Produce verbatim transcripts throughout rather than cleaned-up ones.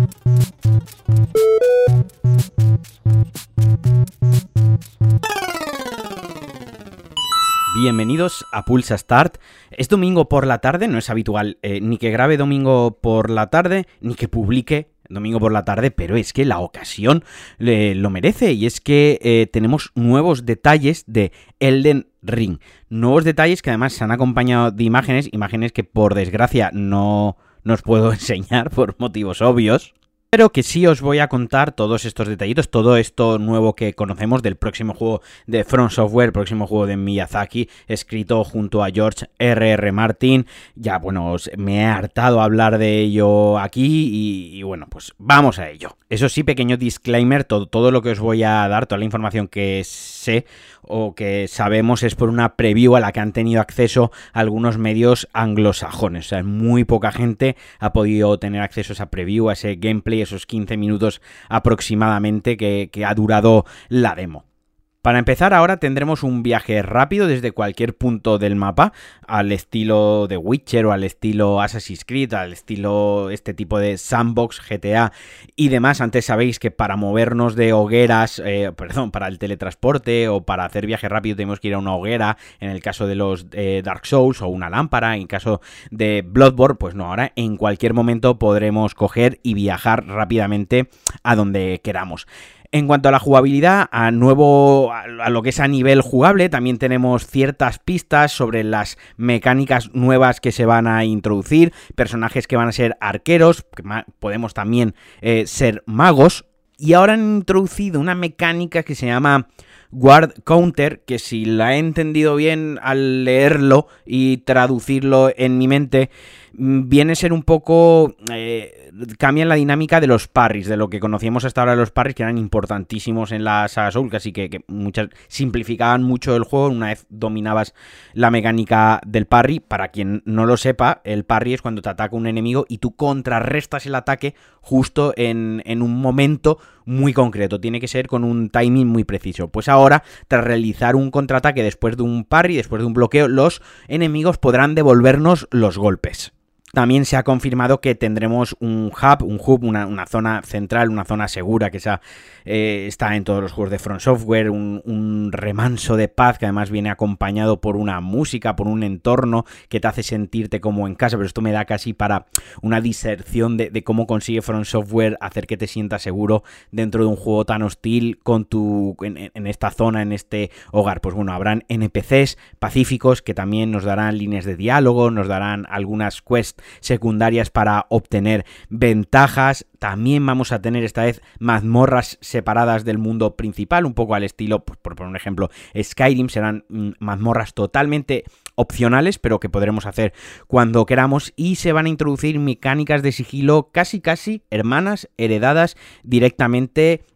Bienvenidos a Pulsa Start. Es domingo por la tarde, no es habitual eh, ni que grabe domingo por la tarde, ni que publique domingo por la tarde, pero es que la ocasión eh, lo merece, y es que eh, tenemos nuevos detalles de Elden Ring. Nuevos detalles que además se han acompañado de imágenes, imágenes que por desgracia no, no os puedo enseñar por motivos obvios. Pero que sí os voy a contar todos estos detallitos, todo esto nuevo que conocemos del próximo juego de From Software, el próximo juego de Miyazaki, escrito junto a George erre erre Martin. Ya, bueno, os, me he hartado a hablar de ello aquí y, y bueno, pues vamos a ello. Eso sí, pequeño disclaimer, todo, todo lo que os voy a dar, toda la información que sé o que sabemos es por una preview a la que han tenido acceso algunos medios anglosajones. O sea, muy poca gente ha podido tener acceso a esa preview, a ese gameplay, esos quince minutos aproximadamente que, que ha durado la demo. Para empezar, ahora tendremos un viaje rápido desde cualquier punto del mapa, al estilo de Witcher o al estilo Assassin's Creed, al estilo este tipo de sandbox, G T A y demás. Antes sabéis que para movernos de hogueras, eh, perdón, para el teletransporte o para hacer viaje rápido tenemos que ir a una hoguera, en el caso de los eh, Dark Souls, o una lámpara, en caso de Bloodborne, pues no, ahora en cualquier momento podremos coger y viajar rápidamente a donde queramos. En cuanto a la jugabilidad, a nuevo a lo que es a nivel jugable, también tenemos ciertas pistas sobre las mecánicas nuevas que se van a introducir, personajes que van a ser arqueros, que podemos también eh, ser magos, y ahora han introducido una mecánica que se llama Guard Counter, que si la he entendido bien al leerlo y traducirlo en mi mente, viene a ser un poco... Eh, cambian la dinámica de los parries, de lo que conocíamos hasta ahora de los parries, que eran importantísimos en la saga Souls, así que, que muchas simplificaban mucho el juego una vez dominabas la mecánica del parry. Para quien no lo sepa, el parry es cuando te ataca un enemigo y tú contrarrestas el ataque justo en, en un momento muy concreto. Tiene que ser con un timing muy preciso. Pues ahora, tras realizar un contraataque después de un parry, después de un bloqueo, los enemigos podrán devolvernos los golpes. También se ha confirmado que tendremos un hub, un hub, una, una zona central, una zona segura que esa, eh, está en todos los juegos de From Software, un, un remanso de paz que además viene acompañado por una música, por un entorno que te hace sentirte como en casa, pero esto me da casi para una diserción de, de cómo consigue From Software hacer que te sientas seguro dentro de un juego tan hostil con tu en, en esta zona, en este hogar. Pues bueno, habrán N P Cs pacíficos que también nos darán líneas de diálogo, nos darán algunas quests secundarias para obtener ventajas. También vamos a tener esta vez mazmorras separadas del mundo principal, un poco al estilo, pues, por poner un ejemplo, Skyrim. Serán mm, mazmorras totalmente opcionales, pero que podremos hacer cuando queramos, y se van a introducir mecánicas de sigilo casi casi hermanas, heredadas directamente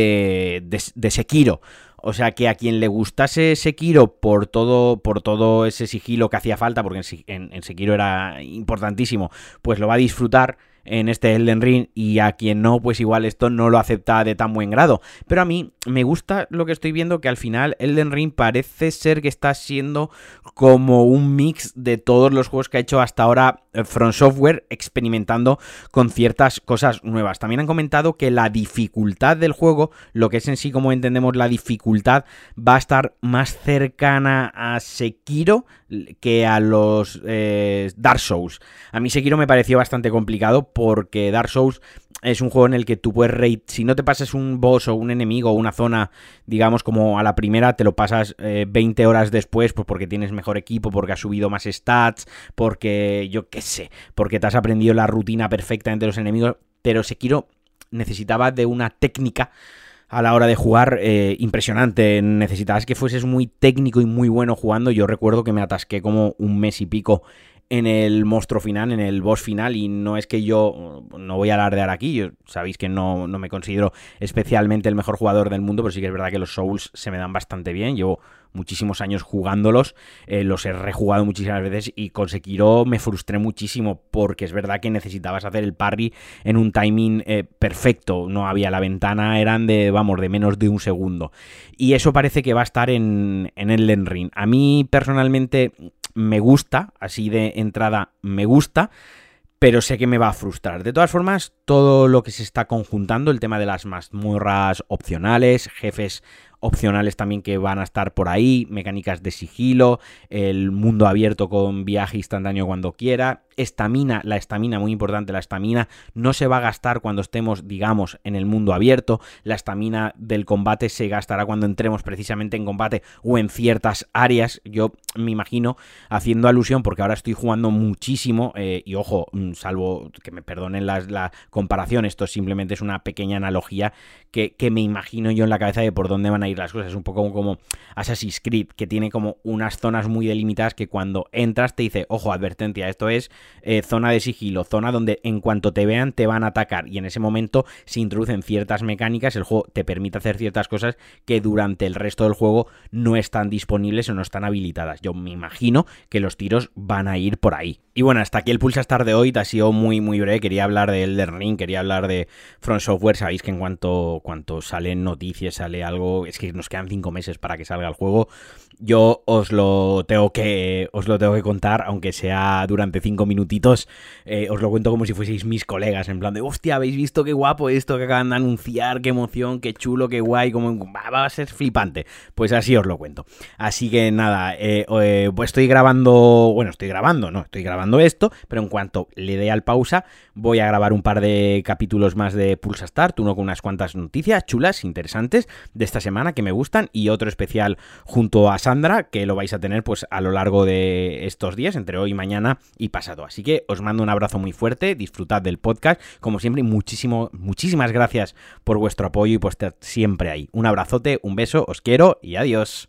de, de, de Sekiro. O sea que a quien le gustase Sekiro por todo, por todo ese sigilo que hacía falta, porque en, en Sekiro era importantísimo, pues lo va a disfrutar en este Elden Ring, y a quien no, pues igual esto no lo acepta de tan buen grado. Pero a mí me gusta lo que estoy viendo, que al final Elden Ring parece ser que está siendo como un mix de todos los juegos que ha hecho hasta ahora From Software, experimentando con ciertas cosas nuevas. También han comentado que la dificultad del juego, lo que es en sí como entendemos la dificultad, va a estar más cercana a Sekiro que a los eh, Dark Souls. A mí Sekiro me pareció bastante complicado, porque Dark Souls es un juego en el que tú puedes raid, si no te pasas un boss o un enemigo o una zona, digamos como a la primera, te lo pasas eh, veinte horas después, pues porque tienes mejor equipo, porque has subido más stats, porque yo qué sé, porque te has aprendido la rutina perfectamente de los enemigos. Pero Sekiro necesitaba de una técnica a la hora de jugar eh, impresionante. Necesitabas que fueses muy técnico y muy bueno jugando. Yo recuerdo que me atasqué como un mes y pico en el monstruo final, en el boss final, y no es que yo, no voy a alardear aquí, yo, sabéis que no, no me considero especialmente el mejor jugador del mundo, pero sí que es verdad que los Souls se me dan bastante bien. Llevo muchísimos años jugándolos, eh, los he rejugado muchísimas veces, y con Sekiro me frustré muchísimo, porque es verdad que necesitabas hacer el parry en un timing eh, perfecto. No había, la ventana eran de, vamos, de menos de un segundo, y eso parece que va a estar en, en Elden Ring. A mí personalmente me gusta, así de entrada me gusta, pero sé que me va a frustrar. De todas formas, todo lo que se está conjuntando, el tema de las mazmorras opcionales, jefes opcionales también que van a estar por ahí, mecánicas de sigilo, el mundo abierto con viaje instantáneo cuando quiera, estamina, la estamina, muy importante, la estamina no se va a gastar cuando estemos, digamos, en el mundo abierto, la estamina del combate se gastará cuando entremos precisamente en combate o en ciertas áreas. Yo me imagino, haciendo alusión, porque ahora estoy jugando muchísimo, eh, y ojo, salvo que me perdonen la, la comparación, esto simplemente es una pequeña analogía que, que me imagino yo en la cabeza de por dónde van a ir las cosas. Es un poco como, como Assassin's Creed, que tiene como unas zonas muy delimitadas que cuando entras te dice, ojo, advertencia, esto es eh, zona de sigilo, zona donde en cuanto te vean te van a atacar, y en ese momento se introducen ciertas mecánicas, el juego te permite hacer ciertas cosas que durante el resto del juego no están disponibles o no están habilitadas. Yo me imagino que los tiros van a ir por ahí. Y bueno, hasta aquí el Pulsa Start de hoy, te ha sido muy muy breve, quería hablar de Elden Ring, quería hablar de From Software, sabéis que en cuanto, cuanto salen noticias, sale algo, es que nos quedan cinco meses para que salga el juego, yo os lo tengo que, os lo tengo que contar, aunque sea durante cinco minutitos, eh, os lo cuento como si fueseis mis colegas, en plan de, hostia, ¿habéis visto qué guapo esto que acaban de anunciar? Qué emoción, qué chulo, qué guay, como va, va a ser flipante. Pues así os lo cuento. Así que nada, eh, eh, pues estoy grabando, bueno, estoy grabando, no, estoy grabando esto, pero en cuanto le dé al pausa, voy a grabar un par de capítulos más de Pulsa Start, uno con unas cuantas noticias chulas, interesantes, de esta semana que me gustan, y otro especial junto a Sandra, que lo vais a tener pues a lo largo de estos días, entre hoy, mañana y pasado. Así que os mando un abrazo muy fuerte, disfrutad del podcast, como siempre, muchísimo, muchísimas gracias por vuestro apoyo y por estar siempre ahí. Un abrazote, un beso, os quiero y adiós.